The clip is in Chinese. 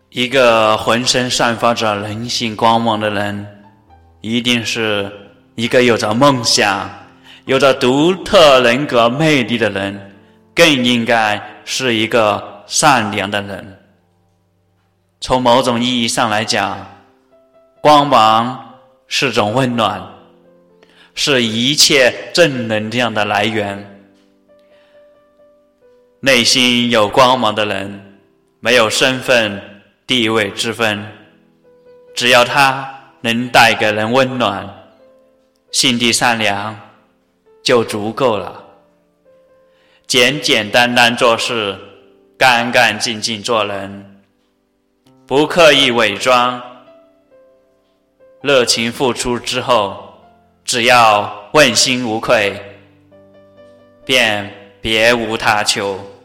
一个浑身散发着人性光芒的人，一定是一个有着梦想、有着独特人格魅力的人，更应该是一个善良的人。从某种意义上来讲，光芒是种温暖，是一切正能量的来源。内心有光芒的人，没有身份地位之分，只要他能带给人温暖，心地善良就足够了。简简单单做事，干干净净做人，不刻意伪装，热情付出之后，只要问心无愧，便别无他求。